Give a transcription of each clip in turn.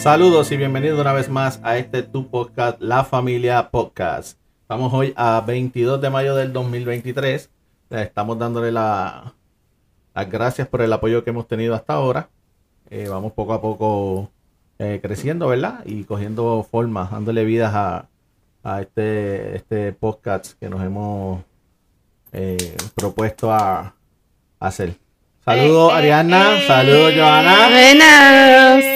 Saludos y bienvenidos una vez más a este tu podcast, La Familia Podcast. Estamos hoy a 22 de mayo del 2023. Estamos dándole las gracias por el apoyo que hemos tenido hasta ahora. Vamos poco a poco creciendo, ¿verdad? Y cogiendo forma, dándole vidas a este podcast que nos hemos propuesto a hacer. Saludos Ariana, saludos Johanna. Buenas.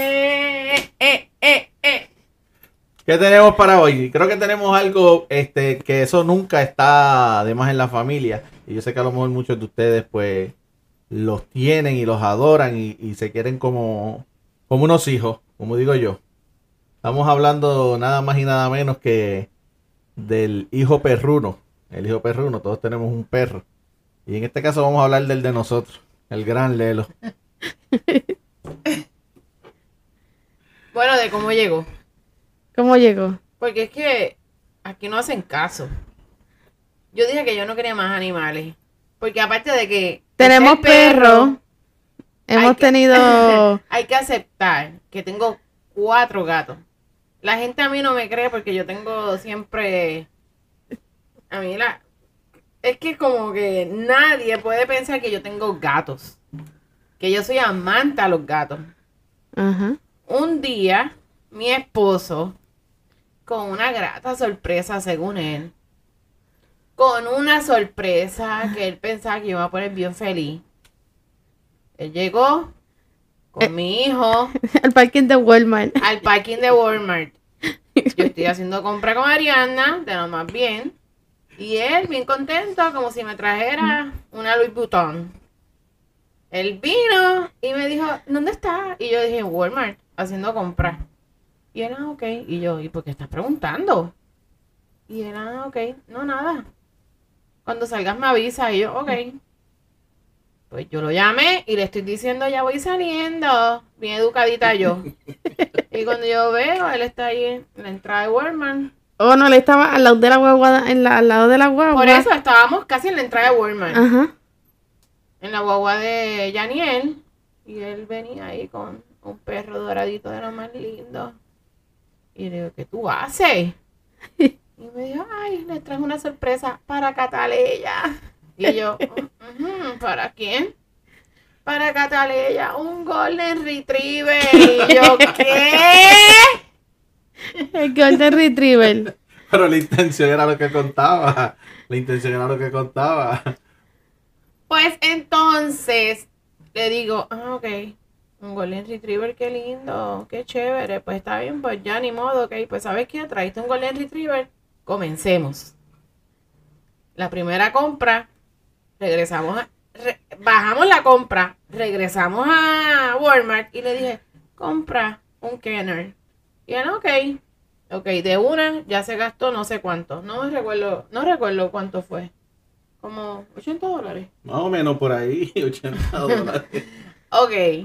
¿Qué tenemos para hoy? Creo que tenemos algo que eso nunca está de más en la familia. Y yo sé que a lo mejor muchos de ustedes pues los tienen y los adoran y se quieren como unos hijos, como digo yo. Estamos hablando nada más y nada menos que del hijo perruno. El hijo perruno, todos tenemos un perro. Y en este caso vamos a hablar del de nosotros, el gran Lelo. Bueno, de cómo llegó. ¿Cómo llegó? Porque es que aquí no hacen caso. Yo dije que yo no quería más animales. Porque aparte de que tenemos perro, hemos tenido... Hay que aceptar que tengo 4 gatos. La gente a mí no me cree porque yo tengo siempre... A mí es que como que nadie puede pensar que yo tengo gatos. Que yo soy amante a los gatos. Ajá. Un día, mi esposo, con una grata sorpresa según él, con una sorpresa que él pensaba que yo iba a poner bien feliz, él llegó con mi hijo al parking de Walmart. al parking de Walmart. Yo estoy haciendo compra con Ariana, de lo más bien, y él bien contento, como si me trajera una Louis Vuitton. Él vino y me dijo, ¿dónde está? Y yo dije, en Walmart, haciendo compras. Y él, ok. Y yo, ¿y por qué estás preguntando? Y él, ok. No, nada. Cuando salgas me avisa. Y yo, ok. Pues yo lo llamé y le estoy diciendo, ya voy saliendo. Bien educadita yo. Y cuando yo veo, él está ahí en la entrada de Walmart. Oh, no, él estaba al lado de la guagua, al lado de la guagua. Por eso estábamos casi en la entrada de Walmart. Ajá. En la guagua de Yaniel. Y él venía ahí con un perro doradito de lo más lindo. Y le digo, ¿qué tú haces? Y me dijo, ay, le traje una sorpresa para Cataleya. Y yo, ¿para quién? Para Cataleya, un Golden Retriever. Y yo, ¿qué? El Golden Retriever. Pero la intención era lo que contaba. La intención era lo que contaba. Pues entonces le digo, ok, un Golden Retriever, qué lindo, qué chévere, pues está bien, pues ya ni modo, ok, pues ¿sabes qué? Traíste un Golden Retriever, comencemos. La primera compra, bajamos la compra, regresamos a Walmart y le dije, compra un Kenner. Y él, ok, de una ya se gastó no sé cuánto, no recuerdo cuánto fue. Como $80. Más o menos por ahí, $80. Ok.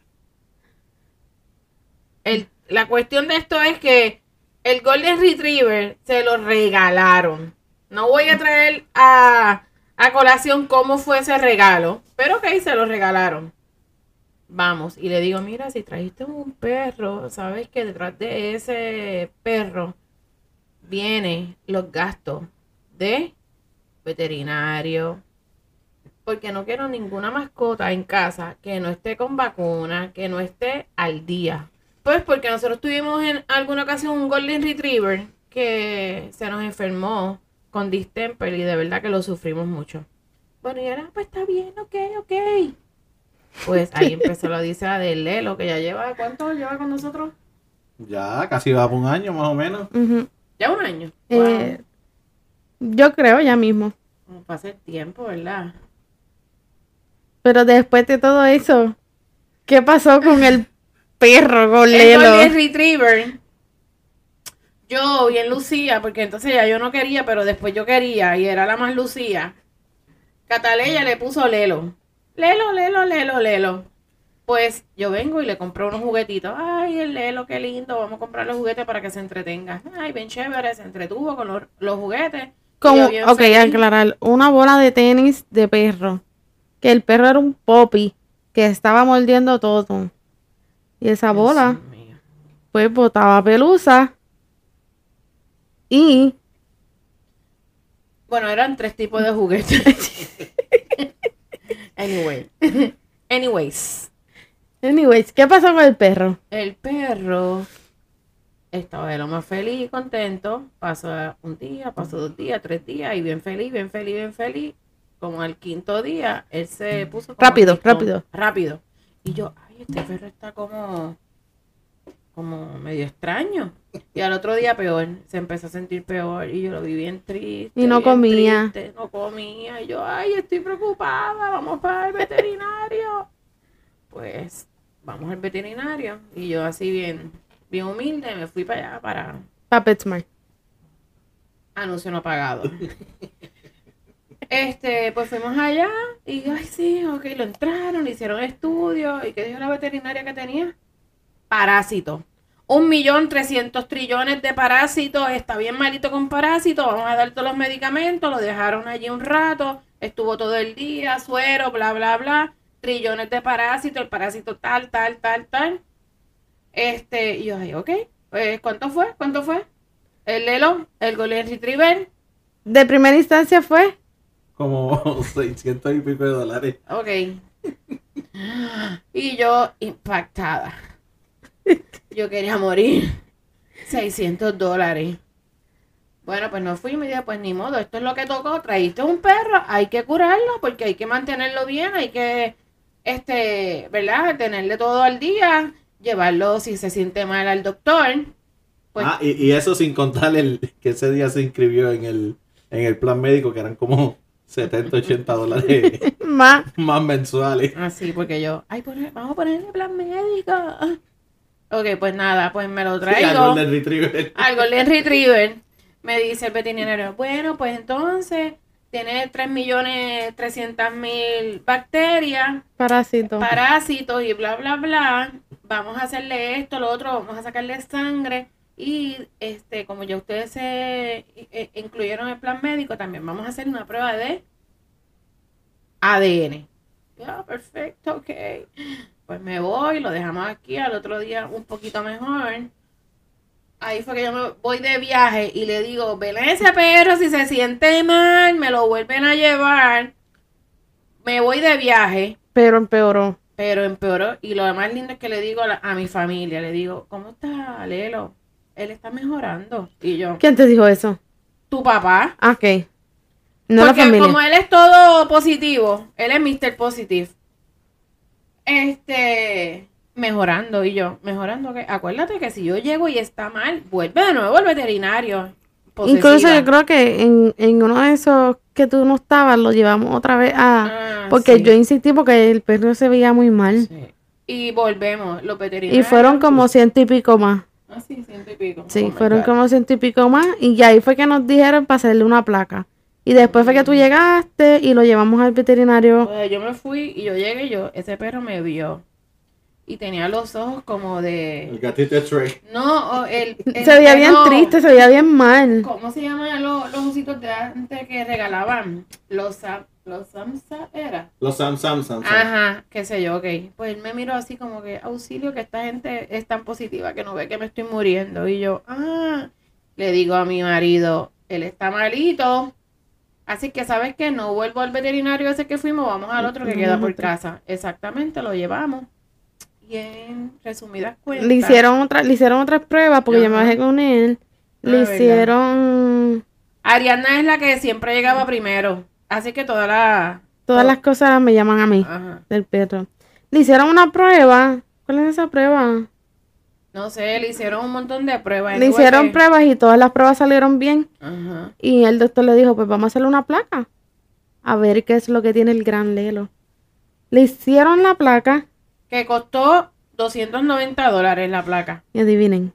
La cuestión de esto es que el Golden Retriever se lo regalaron. No voy a traer a colación cómo fue ese regalo, pero ok, se lo regalaron. Vamos, y le digo, mira, si trajiste un perro, sabes que detrás de ese perro vienen los gastos de veterinario, porque no quiero ninguna mascota en casa que no esté con vacuna, que no esté al día. Pues porque nosotros tuvimos en alguna ocasión un Golden Retriever que se nos enfermó con distemper y de verdad que lo sufrimos mucho. Bueno, y ahora pues está bien, ok. Pues ahí empezó la odisea de Lelo, que ya lleva, ¿cuánto lleva con nosotros? Ya, casi va por un año más o menos. Uh-huh. Ya un año. Yo creo ya mismo. Pasa el tiempo, ¿verdad? Pero después de todo eso, ¿qué pasó con el perro, con El Lelo? Golden Retriever. Yo bien lucía, porque entonces ya yo no quería, pero después yo quería, y era la más lucía. Cataleya le puso Lelo. Lelo. Pues yo vengo y le compré unos juguetitos. Ay, el Lelo, qué lindo. Vamos a comprarle juguetes para que se entretenga. Ay, bien chévere, se entretuvo con los juguetes. Como, ok, aclarar, una bola de tenis de perro. Que el perro era un poppy que estaba mordiendo todo. Y esa bola, pues botaba pelusa. Y Bueno, eran 3 tipos de juguetes. Anyways, ¿qué pasó con el perro? el perro estaba de lo más feliz y contento. Pasó un día, pasó 2 días, 3 días y bien feliz, bien feliz, bien feliz. Como al 5.º día, él se puso como rápido. Y yo, ay, este perro está como medio extraño. Y al otro día peor, se empezó a sentir peor y yo lo vi bien triste. Y no bien comía. triste, no comía. Y yo, ay, estoy preocupada, vamos para el veterinario. Pues, vamos al veterinario. Y yo así bien humilde, me fui para allá para PetSmart. anuncio no pagado. Pues fuimos allá y, ay, sí, ok, lo entraron, le hicieron estudios. ¿Y qué dijo la veterinaria que tenía? Parásitos. 1.300.000.000.000 de parásitos. Está bien malito con parásitos. Vamos a dar todos los medicamentos. Lo dejaron allí un rato. Estuvo todo el día, suero, bla, bla, bla. Trillones de parásitos. El parásito tal. Y yo, ay, ok. Pues, ¿cuánto fue? El Lelo, el Golden Retriever. De primera instancia fue Como 600 y pico de dólares. Ok. Y yo impactada. Yo quería morir. $600. Bueno, pues no fui y me dije, pues ni modo, esto es lo que tocó. Traíste un perro, hay que curarlo porque hay que mantenerlo bien, hay que, ¿verdad? Tenerle todo al día, llevarlo si se siente mal al doctor. Pues, y eso sin contar que ese día se inscribió en el plan médico, que eran como $70-80 más mensuales. así, porque yo, ay, vamos a ponerle plan médico. Ok, pues nada, pues me lo traigo. Sí, al Golden Retriever. Al Golden Retriever. Me dice el veterinario, bueno, pues entonces tiene 3.300.000 bacterias, parásitos y bla, bla, bla. Vamos a hacerle esto, lo otro, vamos a sacarle sangre. Y como ya ustedes se incluyeron en el plan médico, también vamos a hacer una prueba de ADN. Ya, perfecto, ok. Pues me voy, lo dejamos aquí, al otro día un poquito mejor. Ahí fue que yo me voy de viaje y le digo, ven a ese perro, si se siente mal, me lo vuelven a llevar. Me voy de viaje. Pero empeoró. Y lo más lindo es que le digo a mi familia, le digo, ¿cómo está Lelo? Él está mejorando. Y yo, ¿Quién te dijo eso? tu papá. Ok. No la Porque familia. como él es todo positivo, él es Mr. Positive. Mejorando. Y yo, ¿mejorando qué? Acuérdate que si yo llego y está mal, vuelve de nuevo al veterinario. Posesiva. Incluso yo creo que en uno de esos que tú no estabas, lo llevamos otra vez porque sí. yo insistí porque el perro se veía muy mal. Sí. Y volvemos, los veterinarios. Y fueron como 100 y pico más. Ah, sí, 100 y pico. Sí, Oh, fueron my God. como 100 y pico más. Y ahí fue que nos dijeron para hacerle una placa. Y después fue que tú llegaste y lo llevamos al veterinario. Pues yo me fui y yo llegué ese perro me vio. Y tenía los ojos como de... El gatito de Shrek. No, Se veía bien triste, se veía bien mal. ¿Cómo se llaman los ositos de antes que regalaban? Los Samsa, ¿era? Los Sam. Ajá, qué sé yo, ok. Pues él me miró así como que, auxilio, que esta gente es tan positiva que no ve que me estoy muriendo. Y yo, le digo a mi marido, él está malito. Así que, ¿sabes qué? No vuelvo al veterinario ese que fuimos, vamos al otro que queda por casa. Exactamente, lo llevamos. Y en resumidas cuentas... Le hicieron otras pruebas porque yo me bajé con él. Le hicieron... Ariadna es la que siempre llegaba primero. Así que todas las cosas me llaman a mí, Ajá. del perro. Le hicieron una prueba. ¿Cuál es esa prueba? No sé, le hicieron un montón de pruebas. Le hicieron pruebas y todas las pruebas salieron bien. Ajá. Y el doctor le dijo, pues vamos a hacerle una placa. A ver qué es lo que tiene el gran Lelo. Le hicieron la placa. Que costó $290 la placa. Y adivinen.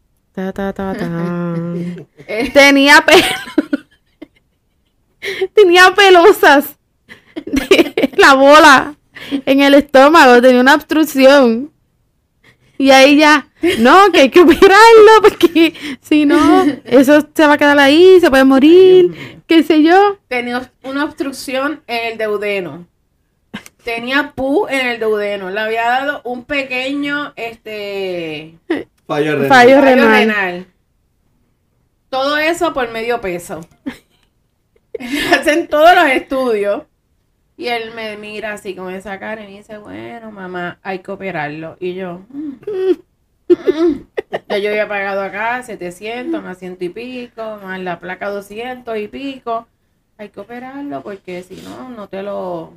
Tenía tenía pelusas de la bola en el estómago. Tenía una obstrucción. Y ahí ya, no, que hay que operarlo porque si no, eso se va a quedar ahí, se puede morir, qué sé yo. Tenía una obstrucción en el duodeno. Tenía pus en el duodeno. Le había dado un pequeño, Fallo renal. Fallo Fallo renal. renal. Todo eso por medio peso. Hacen todos los estudios. Y él me mira así con esa cara y me dice, bueno, mamá, hay que operarlo. Y yo, ya yo había pagado acá 700, más 100 y pico, más la placa 200 y pico. Hay que operarlo porque si no, no te lo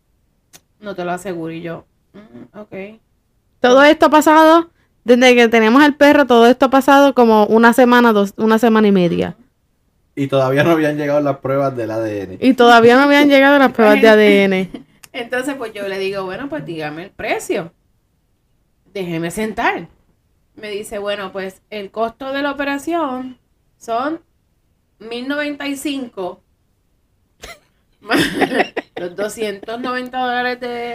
aseguro. Y yo, ok. Todo esto ha pasado, desde que tenemos el perro, todo esto ha pasado como una semana y media. Y todavía no habían llegado las pruebas del ADN. Y todavía no habían llegado las pruebas de ADN. Entonces, pues yo le digo, bueno, pues dígame el precio. Déjeme sentar. Me dice, bueno, pues el costo de la operación son $1,095 más los $290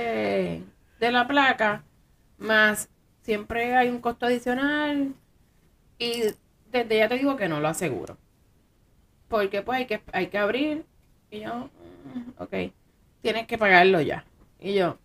de la placa, más siempre hay un costo adicional y desde ya te digo que no lo aseguro. Porque pues hay que abrir y yo, ok, tienes que pagarlo ya. Y yo,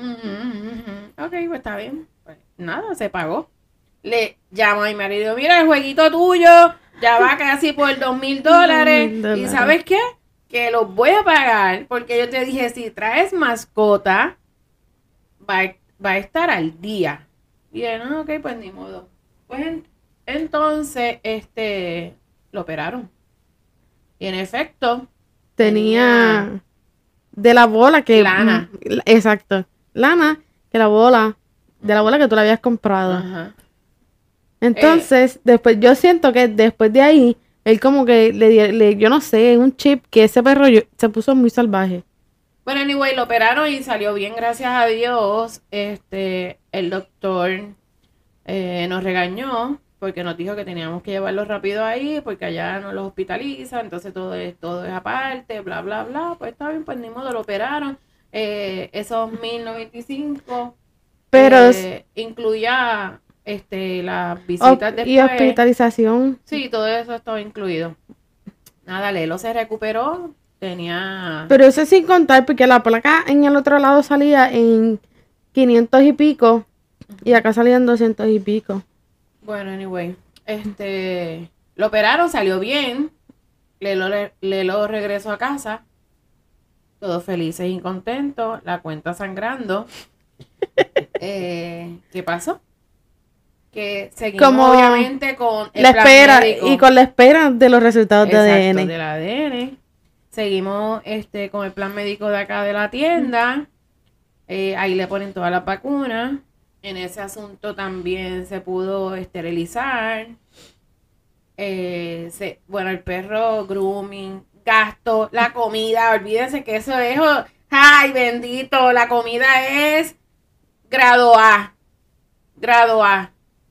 ok, pues está bien. Pues nada, se pagó. Le llamo a mi marido, mira el jueguito tuyo, ya va casi por $2,000. $2,000. ¿Y sabes qué? Que los voy a pagar porque yo te dije, si traes mascota, va a estar al día. Y él, no, ok, pues ni modo. Pues entonces, lo operaron. Y en efecto, Tenía de la bola que... Lana. Exacto. Lana, que la bola, de la bola que tú le habías comprado. ajá. Entonces, después, yo siento que después de ahí, él como que yo no sé, un chip que ese perro se puso muy salvaje. Bueno, anyway, lo operaron y salió bien, gracias a Dios. El doctor nos regañó porque nos dijo que teníamos que llevarlo rápido ahí porque allá no los hospitalizan, entonces todo es aparte, bla, bla, bla. Pues está bien, pues ni modo, lo operaron. Esos $1,095 Pero incluía las visitas y después. hospitalización. Sí, todo eso estaba incluido. Nada, Lelo se recuperó, tenía... Pero eso sin contar porque la placa en el otro lado salía en 500 y pico y acá salían 200 y pico. Bueno, anyway, lo operaron, salió bien. Lelo regresó a casa. Todos felices y contentos. La cuenta sangrando. ¿Qué pasó? Que seguimos Como obviamente con el La plan espera médico. y con la espera de los resultados de Exacto, ADN. del ADN. Seguimos con el plan médico de acá de la tienda. Ahí le ponen todas las vacunas. En ese asunto también se pudo esterilizar. Bueno, el perro, grooming, gasto, la comida. Olvídense que eso es... ¡Ay, bendito! La comida es grado A. Grado A.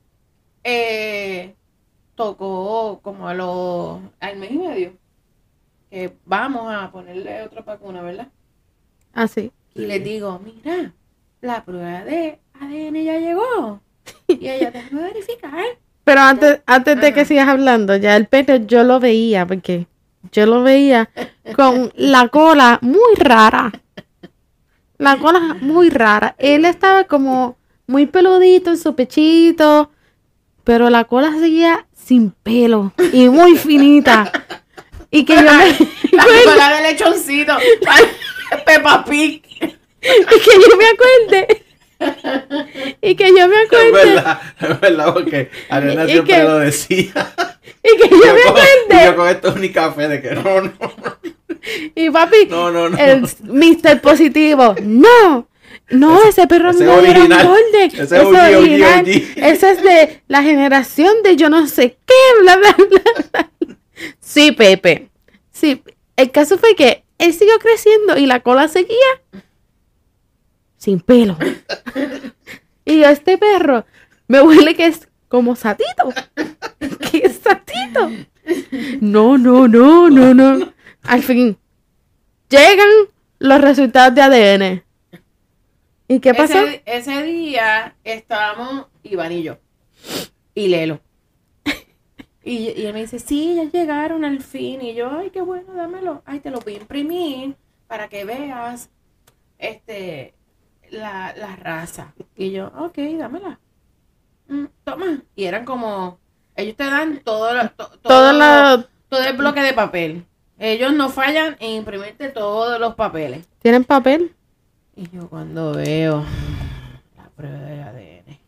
Tocó como al mes y medio. Que vamos a ponerle otra vacuna, ¿verdad? Así. Y les digo, mira, la prueba de ADN ya llegó. Y ella, déjame verificar. Pero antes de que Ajá. sigas hablando, ya el perro yo lo veía, porque yo lo veía con la cola muy rara. La cola muy rara. Él estaba como muy peludito en su pechito, pero la cola seguía sin pelo y muy finita. Y que yo me... La cola de lechoncito. Peppa Pig. Y que yo me acuerde. Y que yo me acuerde. Es verdad, porque Ariana Y siempre que- lo decía. Y que yo me Y acuerde. yo con esto ni café de que no. Y papi, No. el Mr. Positivo, no, ese perro Ese no es era un original. golden, Ese es ese OG. original, ese es de la generación de yo no sé qué, bla, bla, bla. Sí, Pepe, sí, el caso fue que él siguió creciendo y la cola seguía sin pelo. Y yo, este perro, me huele que es como Satito. ¿Qué es Satito? No. Al fin, llegan los resultados de ADN. ¿Y qué pasó? Ese día estábamos Iván y yo. Y Lelo. Y él me dice, sí, ya llegaron al fin. Y yo, ay, qué bueno, dámelo. Ay, te lo voy a imprimir para que veas la raza. Y yo, ok, dámela. toma. Y eran como, ellos te dan todo el bloque de papel. Ellos no fallan en imprimirte todos los papeles. ¿Tienen papel? Y yo cuando veo la prueba del ADN,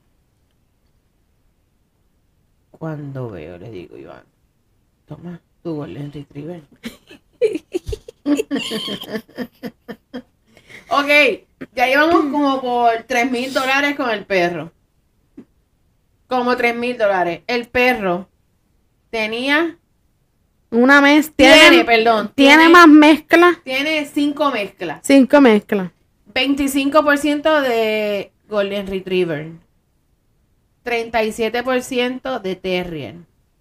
le digo, Iván, toma tu Golden Retriever. Ok, ya íbamos como por $3,000 con el perro. Como $3,000. El perro tenía... Tiene más mezcla. Tiene 5 mezclas. 5 mezclas. 25% de Golden Retriever. 37% de Terrier.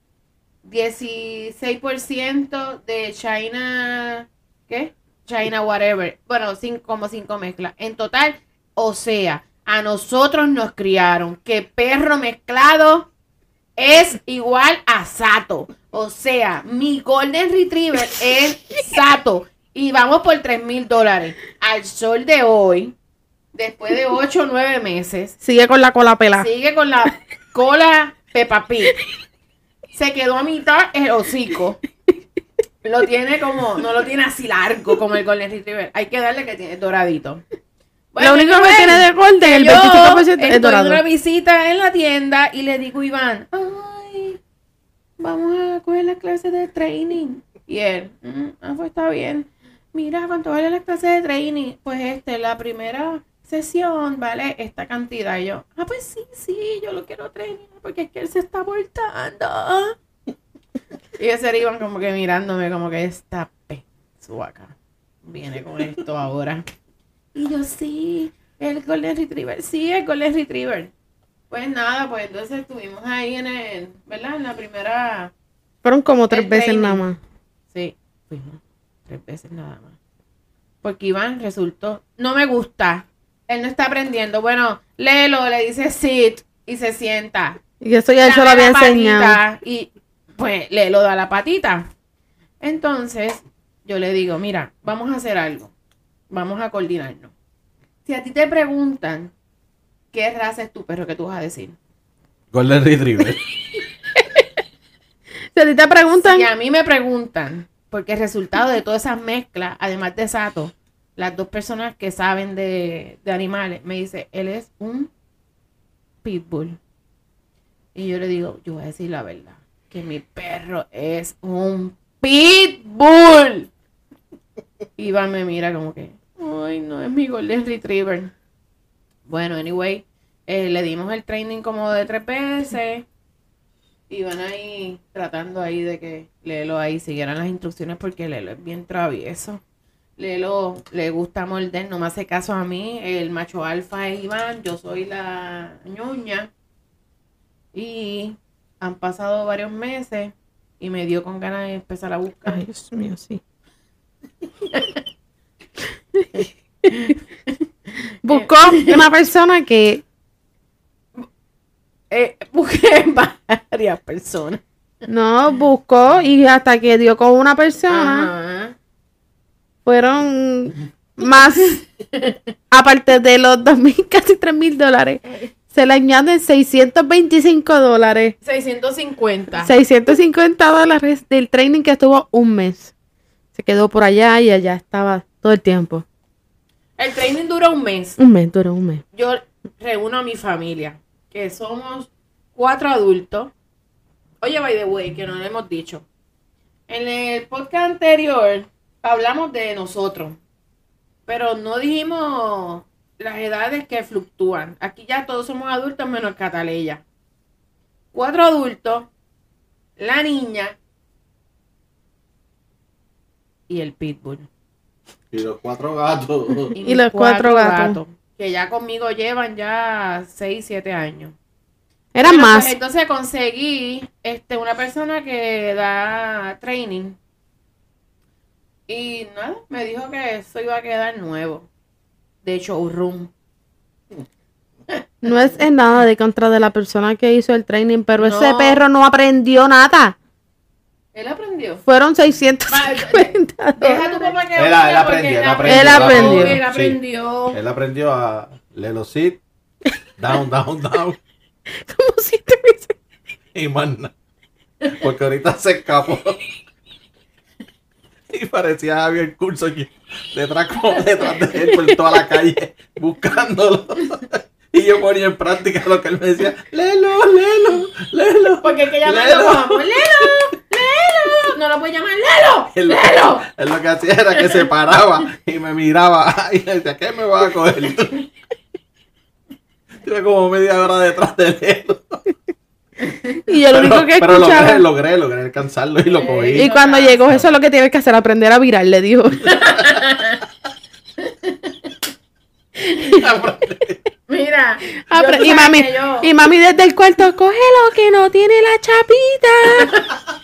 16% de China... ¿Qué? China whatever. Bueno, como 5 mezclas. En total, o sea, a nosotros nos criaron que perro mezclado es igual a sato. O sea, mi Golden Retriever es sato. Y vamos por $3,000. Al sol de hoy, después de 8 o 9 meses, sigue con la cola pelada. Sigue con la cola Peppa Pig. Se quedó a mitad el hocico. Lo tiene como, no lo tiene así largo como el Golden Retriever. Hay que darle que tiene doradito. Bueno, lo único que tiene de corte, el 25% es dorado. Estoy en una visita en la tienda y le digo a Iván, ay, vamos a coger la clase de training. Y él, pues está bien. Mira, ¿cuánto vale la clase de training? Pues la primera sesión vale esta cantidad. Y yo, pues sí, yo lo quiero training porque es que él se está voltando. Y ese Iván como que mirándome como que esta pezuaca viene con esto ahora. Y yo, sí, el Golden Retriever. Pues nada, pues entonces estuvimos ahí ¿verdad? En la primera... Fueron como 3 veces nada más. Sí, fuimos 3 veces nada más. Porque Iván resultó... No me gusta. Él no está aprendiendo. Bueno, léelo, le dice sit y se sienta. Y eso ya yo lo había enseñado. Y pues léelo da la patita. Entonces, yo le digo, mira, vamos a hacer algo. Vamos a coordinarnos. Si a ti te preguntan qué raza es tu perro, ¿qué tú vas a decir? Golden Retriever. Si a ti te preguntan... Si a mí me preguntan, porque el resultado de todas esas mezclas, además de Sato, las 2 personas que saben de animales, me dice, él es un pitbull. Y yo le digo, yo voy a decir la verdad, que mi perro es un pitbull. Iván me mira como que, ay, no, es mi Golden Retriever. Bueno, anyway, le dimos el training como de 3 veces. Iban ahí tratando ahí de que Lelo ahí siguieran las instrucciones porque Lelo es bien travieso. Lelo le gusta morder, no me hace caso a mí. El macho alfa es Iván, yo soy la ñoña. Y han pasado varios meses y me dio con ganas de empezar a buscar. Ay, Dios mío, sí. Buscó una persona que... Busqué varias personas. No, buscó y hasta que dio con una persona. Ajá. Fueron más, aparte de los $2,000, casi $3,000, se le añaden $625. 650. $650 del training que estuvo un mes. Se quedó por allá y allá estaba todo el tiempo. El training dura un mes. Duró un mes. Yo reúno a mi familia, que somos 4 adultos. Oye, by the way, que no lo hemos dicho. En el podcast anterior hablamos de nosotros, pero no dijimos las edades que fluctúan. Aquí ya todos somos adultos menos Cataleya. 4 adultos, la niña y el pitbull. Y los 4 gatos. Y los 4 gatos. Que ya conmigo llevan ya 6, 7 años. Eran Bueno, más. pues entonces conseguí una persona que da training. Y nada, me dijo que eso iba a quedar nuevo. De showroom. No es en nada de contra de la persona que hizo el training, pero No. ese perro no aprendió nada. Él aprendió. Fueron 650 Deja a tu papá que Él oiga, aprendió, porque él aprendió. Él Sí. aprendió. Él aprendió a Lelo sit, down, down, down. Como si estuviese... Y más nada. Porque ahorita se escapó. Y parecía Javier Curso aquí, detrás de él por toda la calle, buscándolo. Y yo ponía en práctica lo que él me decía, léelo. Porque hay que llamarlo Léelo. como amor, léelo. No lo puedes llamar, Él lo que hacía era que se paraba y me miraba y me decía, ¿qué me vas a coger tú? Tuve como media hora detrás de él. Y yo lo único que Pero escuchaba... logré alcanzarlo y lo cogí. Y cuando llegó, eso es lo que tienes que hacer, aprender a virar, le dijo. Mira, Apre- tú y, sabes mami, que yo- y mami desde el cuarto, cógelo que no tiene la chapita.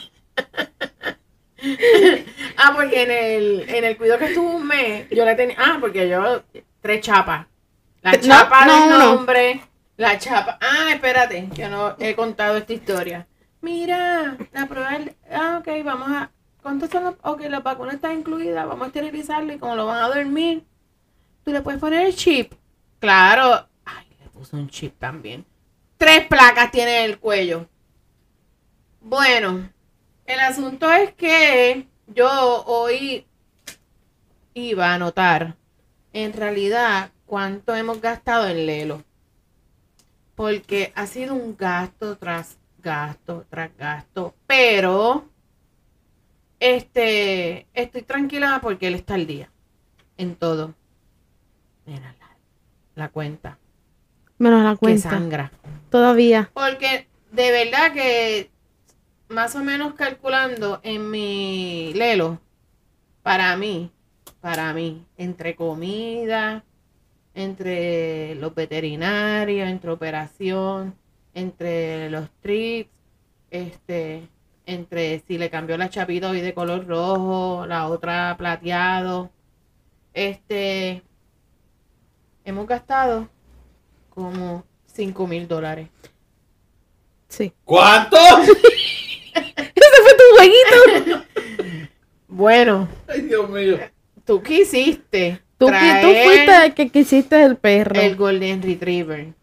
Porque en el cuido que estuvo un mes, yo le tenía, porque yo 3 chapas. La chapa del uno. nombre, la chapa. Espérate, yo no he contado esta historia. Mira, la prueba ok, vamos a, ¿cuántos son los? Ok, la vacuna está incluida, vamos a esterilizarlo y como lo van a dormir, tú le puedes poner el chip. Claro, le puse un chip también. 3 placas tiene en el cuello. Bueno, el asunto es que yo hoy iba a anotar en realidad cuánto hemos gastado en Lelo. Porque ha sido un gasto tras gasto tras gasto. Pero estoy tranquila porque él está al día en todo. Mira la cuenta. Menos la Que cuenta. sangra. Todavía. Porque de verdad que más o menos calculando en mi Lelo, para mí, entre comida, entre los veterinarios, entre operación, entre los trips, entre si le cambió la chapita hoy de color rojo, la otra plateado, hemos gastado como $5,000. Sí. ¿Cuánto? Ese fue tu jueguito. Bueno, Ay, Dios mío. tú quisiste Tú traer fuiste el que quisiste el perro. el Golden Retriever.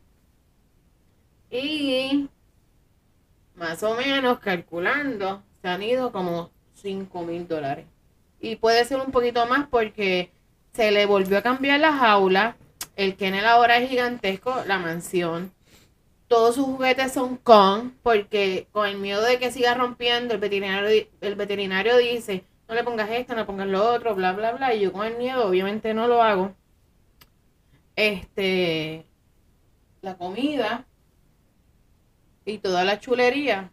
Y más o menos calculando, se han ido como $5,000. Y puede ser un poquito más porque se le volvió a cambiar la jaula. El kennel ahora es gigantesco, la mansión. Todos sus juguetes son porque con el miedo de que siga rompiendo, el veterinario dice, no le pongas esto, no le pongas lo otro, bla, bla, bla. Y yo con el miedo, obviamente no lo hago. La comida y toda la chulería.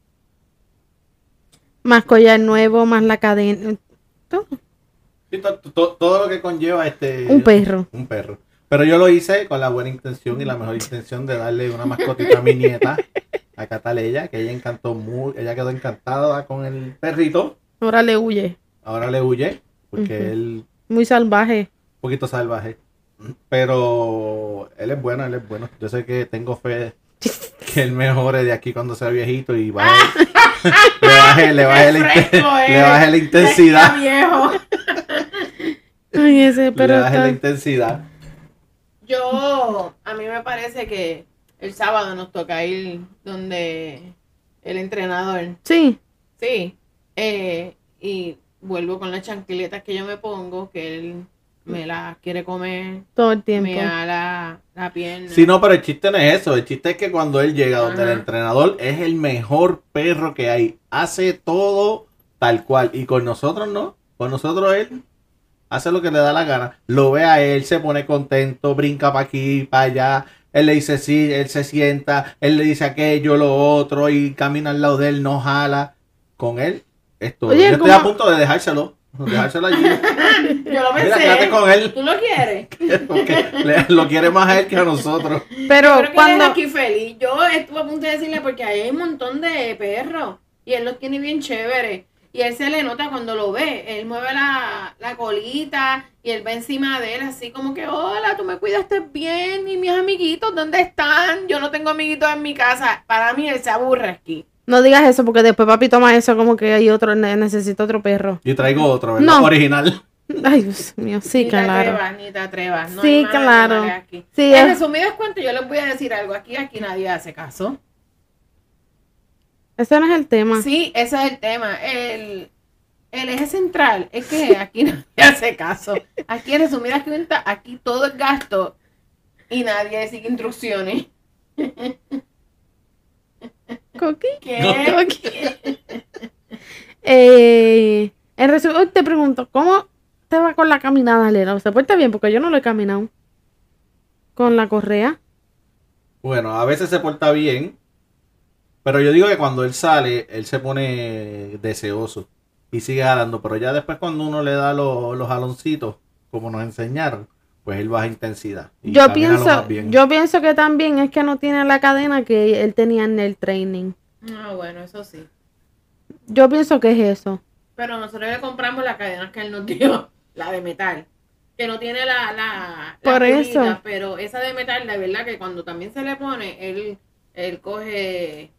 Más collar nuevo, más la cadena. Todo. Sí, todo lo que conlleva Un perro. un perro. Pero yo lo hice con la buena intención y la mejor intención de darle una mascotita a mi nieta, a Cataleya, que ella quedó encantada con el perrito. Ahora le huye. Ahora le huye, porque Ujú. él un Muy salvaje. poquito salvaje. Pero él es bueno. Yo sé que tengo fe que él mejore de aquí cuando sea viejito y le baje la intensidad. Está viejo. Ay, ese perro Le baje la está... intensidad. A mí me parece que el sábado nos toca ir donde el entrenador. Sí. Sí. Y vuelvo con las chancletas que yo me pongo, que él me las quiere comer, Todo el tiempo. me da la pierna. Sí, no, pero el chiste no es eso. El chiste es que cuando él llega donde el Ajá. entrenador es el mejor perro que hay. Hace todo tal cual. Y con nosotros no. Con nosotros él hace lo que le da la gana. Lo ve a él, se pone contento, brinca para aquí, para allá. Él le dice sí, él se sienta. Él le dice aquello, lo otro. Y camina al lado de él, no jala. Con él, esto. Oye, yo estoy a ¿cómo? punto de dejárselo allí. Yo lo Mira, pensé. quédate con él. ¿Tú lo quieres? Porque lo quiere más a él que a nosotros. Pero Yo creo que cuando... él es aquí feliz. Yo estuve a punto de decirle porque ahí hay un montón de perros y él los tiene bien chévere. Y él se le nota cuando lo ve. Él mueve la colita y él va encima de él así como que, hola, tú me cuidaste bien. ¿Y mis amiguitos dónde están? Yo no tengo amiguitos en mi casa. Para mí él se aburre aquí. No digas eso porque después papi toma eso como que hay otro, necesita otro perro. Yo traigo otro, ¿verdad? No. Original. Ay, Dios mío, sí, Ni claro. ni te atrevas. No Sí, hay más claro. animales aquí. Sí, En resumidas cuentas, yo les voy a decir algo. Aquí nadie hace caso. ese no es el tema. Sí, ese es el tema. El eje central es que aquí nadie hace caso. Aquí en resumidas cuentas, aquí todo es gasto y nadie sigue instrucciones. Coqui. ¿Qué? Coqui. En resumen, hoy te pregunto, ¿cómo te va con la caminada, Lelo? ¿Se porta bien? Porque yo no lo he caminado. Con la correa. Bueno, a veces se porta bien, pero yo digo que cuando él sale, él se pone deseoso y sigue jalando, pero ya después cuando uno le da los jaloncitos, como nos enseñaron, pues él baja intensidad. Y camina lo más bien. Yo pienso que también es que no tiene la cadena que él tenía en el training. Ah, bueno, eso sí. Yo pienso que es eso. Pero nosotros le compramos la cadena que él nos dio, la de metal, que no tiene la Por curita, eso. pero esa de metal, de verdad que cuando también se le pone, él coge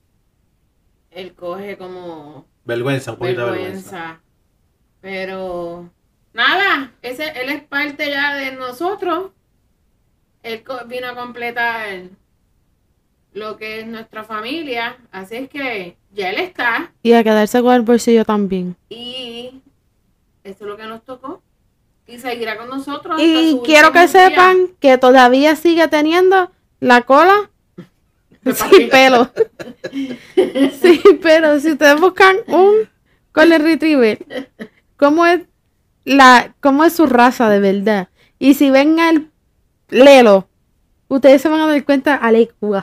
como Vergüenza, un poquito de vergüenza. vergüenza. Pero nada, él es parte ya de nosotros. Él vino a completar lo que es nuestra familia, así es que ya él está. Y a quedarse con el bolsillo también. Y eso es lo que nos tocó. Y seguirá con nosotros. hasta Y su quiero que último día. sepan que todavía sigue teniendo la cola sin pelo. Sin pelo. Si ustedes buscan un Golden Retriever, ¿cómo es su raza de verdad? Y si ven al Lelo, ustedes se van a dar cuenta a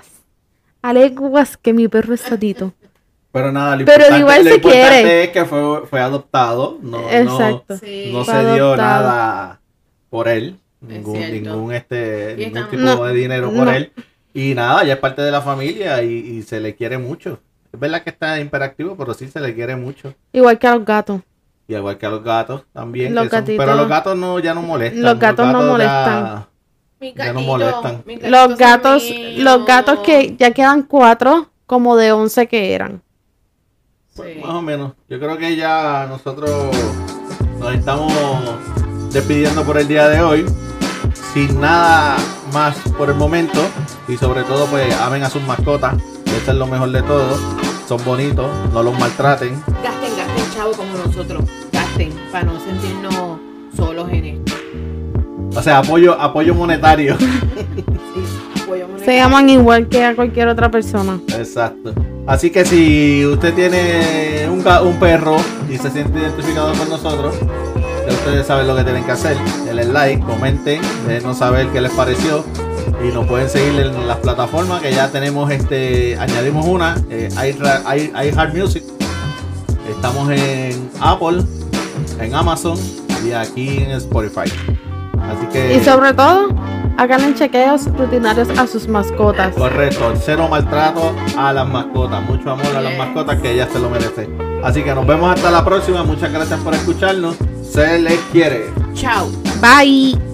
leguas que mi perro es satito. Pero nada, lo Pero importante, igual lo se importante quiere. es que fue adoptado. No, Exacto. Sí. no Fue se dio adoptado. nada por él. Es Ningún cierto. Y tipo No, de dinero por no. él. Y nada, ya es parte de la familia y se le quiere mucho. Es verdad que está imperactivo, pero sí se le quiere mucho. Igual que a los gatos. Y igual que a los gatos también. Los que son- gatitos. pero los gatos ya no molestan. Los gatos no ya- molestan. Mi Ya no gatito, molestan. mis Los gatitos son míos. los gatos que ya quedan 4 como de 11 que eran. Pues, Sí. más o menos. Yo creo que ya nosotros nos estamos despidiendo por el día de hoy. Sin nada más por el momento. Y sobre todo, pues amen a sus mascotas. Eso es lo mejor de todo. Son bonitos, no los maltraten. Gasten, chavo, como nosotros. Gasten, para no sentirnos solos en esto. O sea, apoyo monetario. Sí, apoyo Se monetario. llaman igual que a cualquier otra persona. Exacto. Así que si usted tiene un perro y se siente identificado con nosotros, ya ustedes saben lo que tienen que hacer. Denle like, comenten, déjenos saber qué les pareció. Y nos pueden seguir en las plataformas que ya tenemos, añadimos una, iHeart Music. Estamos en Apple, en Amazon y aquí en Spotify. Así que... Y sobre todo, háganle chequeos rutinarios a sus mascotas. Correcto, cero maltrato a las mascotas, mucho amor a las Yes. mascotas que ellas se lo merecen. Así que nos vemos hasta la próxima, muchas gracias por escucharnos, se les quiere. Chao. Bye.